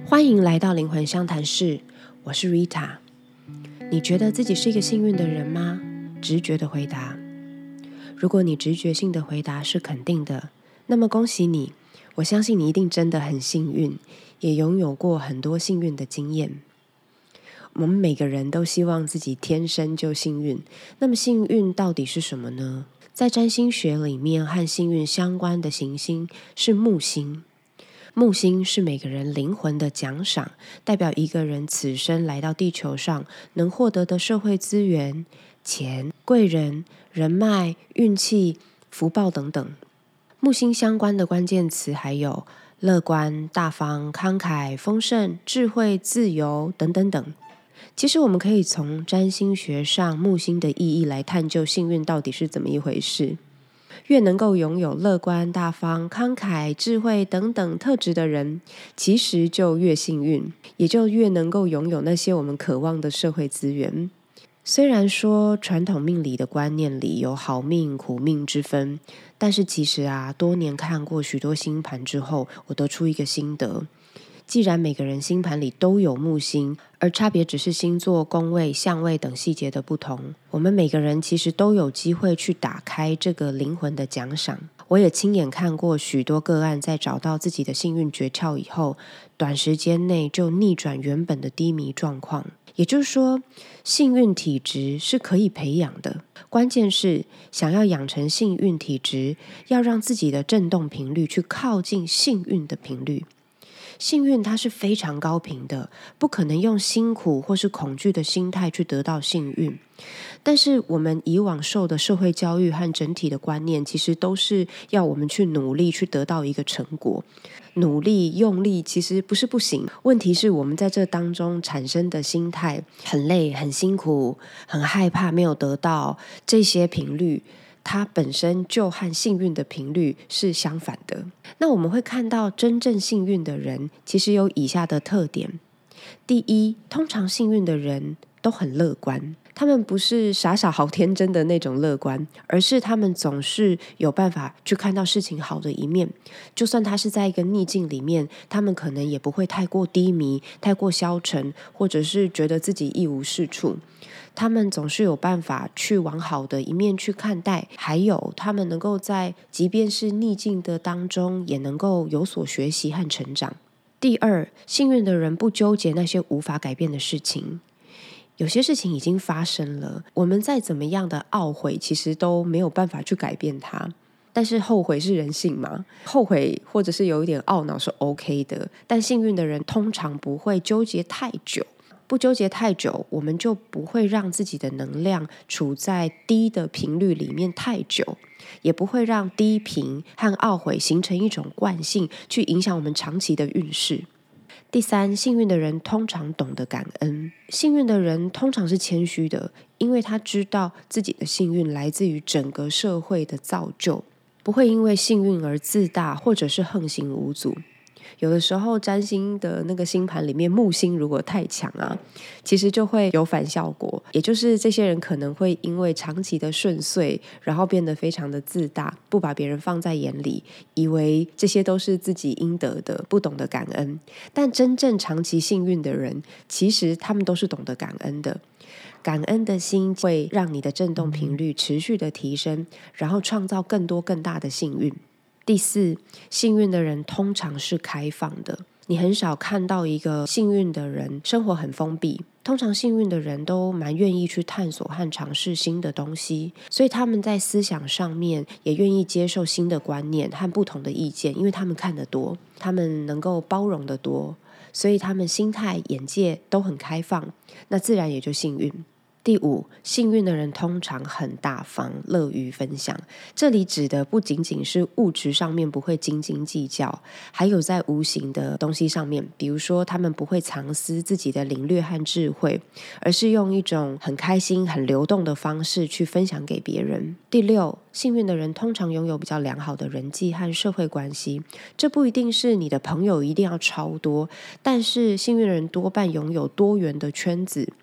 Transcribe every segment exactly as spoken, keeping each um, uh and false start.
欢迎来到灵魂相谈室，我是 Rita。 你觉得自己是一个幸运的人吗？直觉的回答。如果你直觉性的回答是肯定的，那么恭喜你，我相信你一定真的很幸运，也拥有过很多幸运的经验。我们每个人都希望自己天生就幸运，那么幸运到底是什么呢？在占星学里面，和幸运相关的行星是木星。木星是每个人灵魂的奖赏，代表一个人此生来到地球上能获得的社会资源、钱、贵人、人脉、运气、福报等等。木星相关的关键词还有乐观、大方、慷慨、丰盛、智慧、自由等等等。其实我们可以从占星学上木星的意义来探究幸运到底是怎么一回事。越能够拥有乐观、大方、慷慨、智慧等等特质的人，其实就越幸运，也就越能够拥有那些我们渴望的社会资源。虽然说传统命理的观念里有好命苦命之分，但是其实啊，多年看过许多星盘之后，我得出一个心得。既然每个人星盘里都有木星，而差别只是星座、宫位、相位等细节的不同，我们每个人其实都有机会去打开这个灵魂的奖赏。我也亲眼看过许多个案在找到自己的幸运诀窍以后，短时间内就逆转原本的低迷状况。也就是说，幸运体质是可以培养的，关键是想要养成幸运体质，要让自己的振动频率去靠近幸运的频率。幸运它是非常高频的，不可能用辛苦或是恐惧的心态去得到幸运。但是我们以往受的社会教育和整体的观念，其实都是要我们去努力去得到一个成果。努力用力其实不是不行，问题是我们在这当中产生的心态很累、很辛苦、很害怕没有得到，这些频率它本身就和幸运的频率是相反的。那我们会看到真正幸运的人其实有以下的特点。第一，通常幸运的人都很乐观，他们不是傻傻好天真的那种乐观，而是他们总是有办法去看到事情好的一面。就算他是在一个逆境里面，他们可能也不会太过低迷、太过消沉，或者是觉得自己一无是处。他们总是有办法去往好的一面去看待，还有他们能够在即便是逆境的当中，也能够有所学习和成长。第二，幸运的人不纠结那些无法改变的事情。有些事情已经发生了，我们再怎么样的懊悔，其实都没有办法去改变它。但是后悔是人性嘛，后悔或者是有一点懊恼是 OK 的，但幸运的人通常不会纠结太久。不纠结太久，我们就不会让自己的能量处在低的频率里面太久，也不会让低频和懊悔形成一种惯性，去影响我们长期的运势。第三，幸运的人通常懂得感恩。幸运的人通常是谦虚的，因为他知道自己的幸运来自于整个社会的造就，不会因为幸运而自大，或者是横行无阻。有的时候占星的那个星盘里面木星如果太强啊，其实就会有反效果，也就是这些人可能会因为长期的顺遂，然后变得非常的自大，不把别人放在眼里，以为这些都是自己应得的，不懂得感恩。但真正长期幸运的人，其实他们都是懂得感恩的。感恩的心会让你的振动频率持续的提升，然后创造更多更大的幸运。第四，幸运的人通常是开放的。你很少看到一个幸运的人生活很封闭，通常幸运的人都蛮愿意去探索和尝试新的东西，所以他们在思想上面也愿意接受新的观念和不同的意见，因为他们看得多，他们能够包容得多，所以他们心态眼界都很开放，那自然也就幸运。第五，幸运的人通常很大方，乐于分享。这里指的不仅仅是物质上面不会斤斤计较，还有在无形的东西上面，比如说他们不会藏私自己的领略和智慧，而是用一种很开心、很流动的方式去分享给别人。第六，幸运的人通常拥有比较良好的人际和社会关系。这不一定是你的朋友一定要超多，但是幸运的人多半拥有多元的圈子，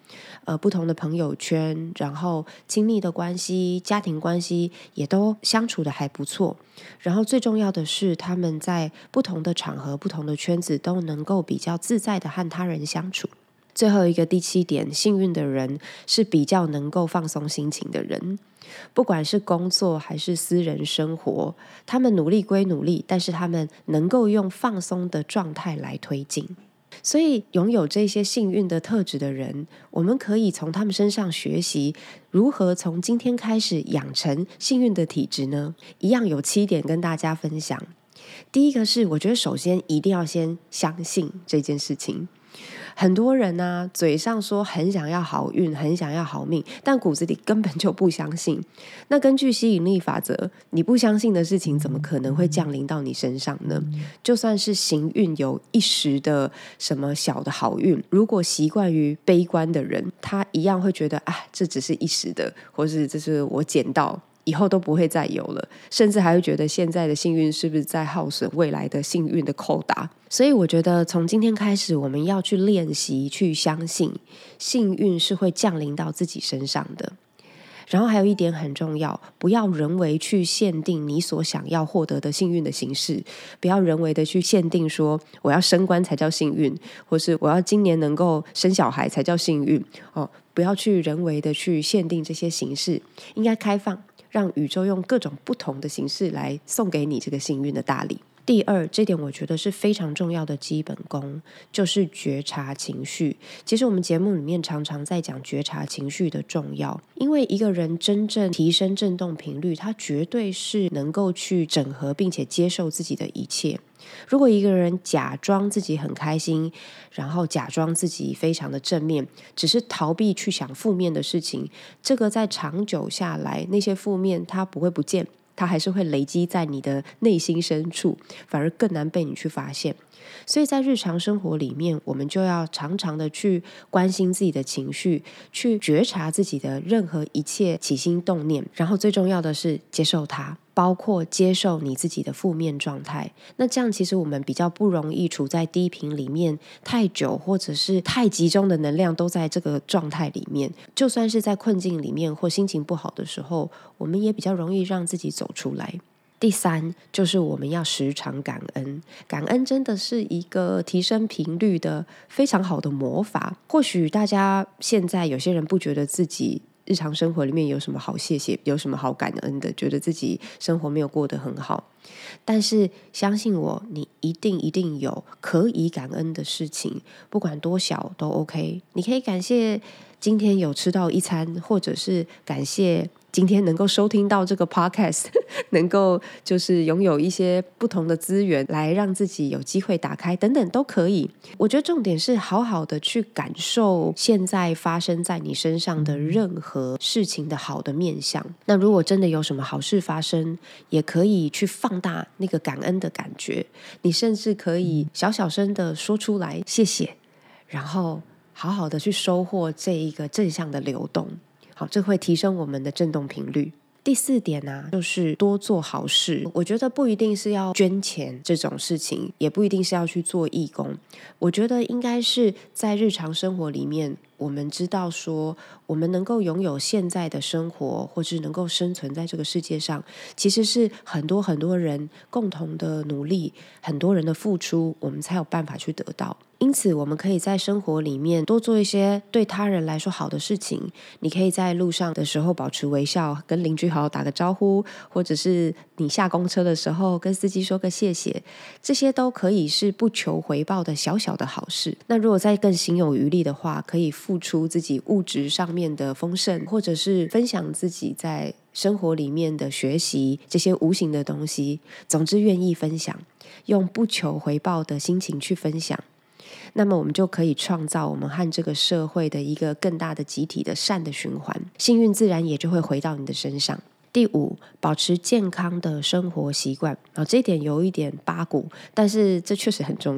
呃，不同的朋友圈，然后亲密的关系、家庭关系也都相处的还不错。然后最重要的是，他们在不同的场合、不同的圈子都能够比较自在的和他人相处。最后一个第七点，幸运的人是比较能够放松心情的人。不管是工作还是私人生活，他们努力归努力，但是他们能够用放松的状态来推进。所以拥有这些幸运的特质的人，我们可以从他们身上学习如何从今天开始养成幸运的体质呢？一样有七点跟大家分享。第一个是，我觉得首先一定要先相信这件事情。很多人啊，嘴上说很想要好运，很想要好命，但骨子里根本就不相信。那根据吸引力法则，你不相信的事情怎么可能会降临到你身上呢？就算是行运有一时的什么小的好运，如果习惯于悲观的人，他一样会觉得啊，这只是一时的，或是这是我捡到，以后都不会再有了，甚至还会觉得现在的幸运是不是在耗损未来的幸运的扣打。所以我觉得从今天开始，我们要去练习去相信幸运是会降临到自己身上的。然后还有一点很重要，不要人为去限定你所想要获得的幸运的形式，不要人为的去限定说我要升官才叫幸运，或是我要今年能够生小孩才叫幸运哦，不要去人为的去限定这些形式，应该开放，让宇宙用各种不同的形式来送给你这个幸运的大礼。第二，这点我觉得是非常重要的基本功，就是觉察情绪。其实我们节目里面常常在讲觉察情绪的重要，因为一个人真正提升振动频率，他绝对是能够去整合并且接受自己的一切。如果一个人假装自己很开心，然后假装自己非常的正面，只是逃避去想负面的事情，这个在长久下来，那些负面它不会不见，它还是会累积在你的内心深处，反而更难被你去发现。所以在日常生活里面，我们就要常常的去关心自己的情绪，去觉察自己的任何一切起心动念，然后最重要的是接受它，包括接受你自己的负面状态。那这样其实我们比较不容易处在低频里面太久，或者是太集中的能量都在这个状态里面，就算是在困境里面或心情不好的时候，我们也比较容易让自己走出来。第三，就是我们要时常感恩。感恩真的是一个提升频率的非常好的魔法。或许大家现在有些人不觉得自己日常生活里面有什么好谢谢，有什么好感恩的，觉得自己生活没有过得很好，但是相信我，你一定一定有可以感恩的事情，不管多小都 OK。 你可以感谢今天有吃到一餐，或者是感谢今天能够收听到这个 podcast 能够就是拥有一些不同的资源来让自己有机会打开等等都可以。我觉得重点是好好的去感受现在发生在你身上的任何事情的好的面向。那如果真的有什么好事发生，也可以去放大那个感恩的感觉，你甚至可以小小声的说出来谢谢，然后好好的去收获这一个正向的流动。好，这会提升我们的振动频率。第四点啊，就是多做好事。我觉得不一定是要捐钱这种事情，也不一定是要去做义工。我觉得应该是在日常生活里面，我们知道说我们能够拥有现在的生活，或是能够生存在这个世界上，其实是很多很多人共同的努力，很多人的付出，我们才有办法去得到。因此我们可以在生活里面多做一些对他人来说好的事情。你可以在路上的时候保持微笑，跟邻居好好打个招呼，或者是你下公车的时候跟司机说个谢谢，这些都可以是不求回报的小小的好事。那如果再更行有余力的话，可以付出自己物质上面的丰盛，或者是分享自己在生活里面的学习，这些无形的东西，总之愿意分享，用不求回报的心情去分享，那么我们就可以创造我们和这个社会的一个更大的集体的善的循环，幸运自然也就会回到你的身上。第五，保持健康的生活习惯。哦，这一点有一点八股，但是这确实很重要。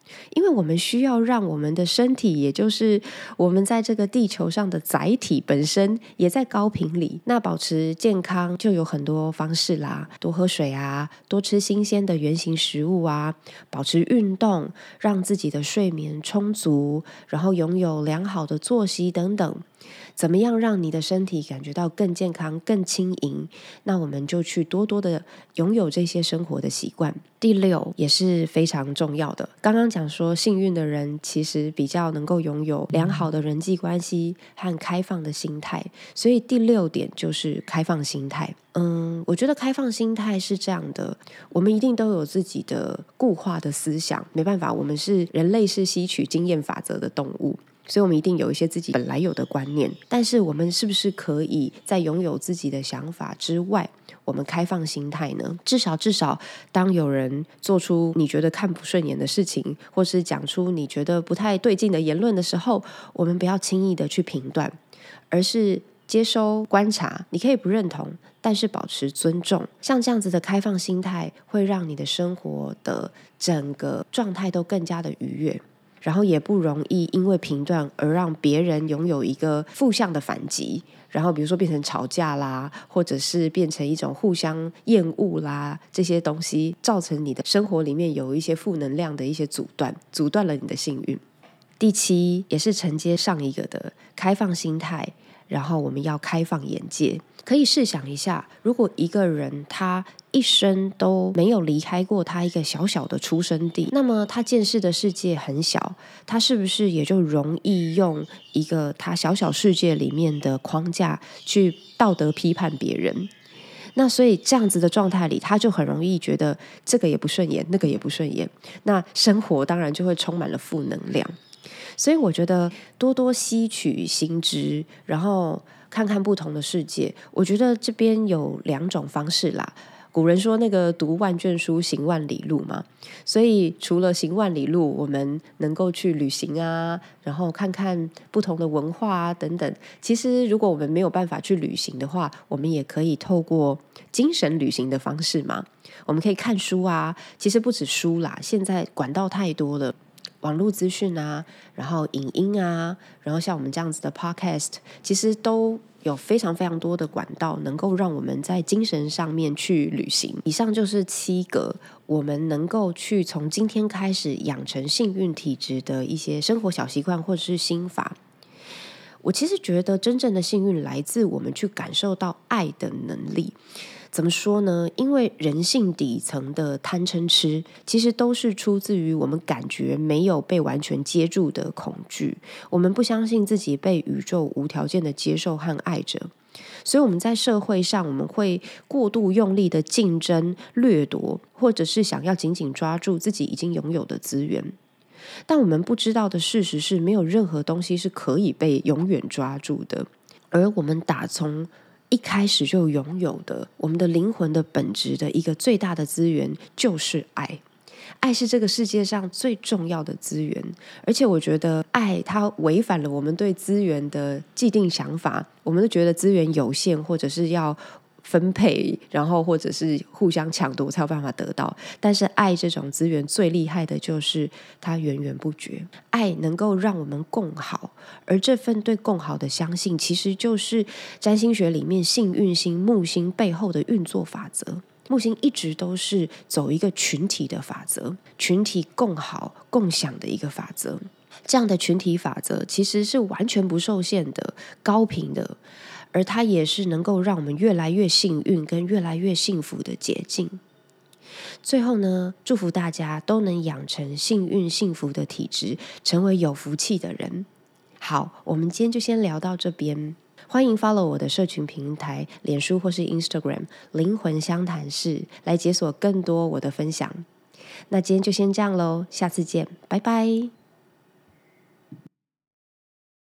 因为我们需要让我们的身体，也就是我们在这个地球上的载体本身也在高频里。那保持健康就有很多方式啦，多喝水啊，多吃新鲜的原型食物啊，保持运动，让自己的睡眠充足，然后拥有良好的作息等等。怎么样让你的身体感觉到更健康、更轻盈？那我们就去多多的拥有这些生活的习惯。第六也是非常重要的，刚刚讲说幸运的人其实比较能够拥有良好的人际关系和开放的心态，所以第六点就是开放心态。嗯，我觉得开放心态是这样的，我们一定都有自己的固化的思想，没办法，我们是人类是吸取经验法则的动物，所以我们一定有一些自己本来有的观念，但是我们是不是可以在拥有自己的想法之外，我们开放心态呢？至少至少当有人做出你觉得看不顺眼的事情，或是讲出你觉得不太对劲的言论的时候，我们不要轻易的去评断，而是接收观察，你可以不认同，但是保持尊重。像这样子的开放心态，会让你的生活的整个状态都更加的愉悦，然后也不容易因为评断而让别人拥有一个负向的反击，然后比如说变成吵架啦，或者是变成一种互相厌恶啦，这些东西造成你的生活里面有一些负能量的一些阻断，阻断了你的幸运。第七也是承接上一个的开放心态，然后我们要开放眼界。可以试想一下，如果一个人他一生都没有离开过他一个小小的出生地，那么他见识的世界很小，他是不是也就容易用一个他小小世界里面的框架去道德批判别人？那所以这样子的状态里，他就很容易觉得这个也不顺眼，那个也不顺眼，那生活当然就会充满了负能量。所以我觉得多多吸取新知，然后看看不同的世界，我觉得这边有两种方式啦。古人说那个读万卷书行万里路嘛，所以除了行万里路，我们能够去旅行啊，然后看看不同的文化啊等等。其实如果我们没有办法去旅行的话，我们也可以透过精神旅行的方式嘛，我们可以看书啊，其实不止书啦，现在管道太多了，网络资讯啊，然后影音啊，然后像我们这样子的 podcast， 其实都有非常非常多的管道能够让我们在精神上面去旅行。以上就是七个我们能够去从今天开始养成幸运体质的一些生活小习惯或者是心法。我其实觉得真正的幸运来自我们去感受到爱的能力。怎么说呢？因为人性底层的贪嗔痴，其实都是出自于我们感觉没有被完全接住的恐惧。我们不相信自己被宇宙无条件的接受和爱着，所以我们在社会上，我们会过度用力的竞争、掠夺，或者是想要紧紧抓住自己已经拥有的资源。但我们不知道的事实是，没有任何东西是可以被永远抓住的，而我们打从一开始就拥有的，我们的灵魂的本质的一个最大的资源就是爱。爱是这个世界上最重要的资源，而且我觉得爱它违反了我们对资源的既定想法，我们都觉得资源有限，或者是要分配，然后或者是互相抢夺才有办法得到。但是爱这种资源最厉害的就是它源源不绝，爱能够让我们共好，而这份对共好的相信，其实就是占星学里面幸运星木星背后的运作法则。木星一直都是走一个群体的法则，群体共好共享的一个法则。这样的群体法则其实是完全不受限的，高频的，而它也是能够让我们越来越幸运跟越来越幸福的捷径。最后呢，祝福大家都能养成幸运幸福的体质，成为有福气的人。好，我们今天就先聊到这边。欢迎 follow 我的社群平台脸书或是 Instagram 灵魂相谈室，来解锁更多我的分享。那今天就先这样咯，下次见，拜拜。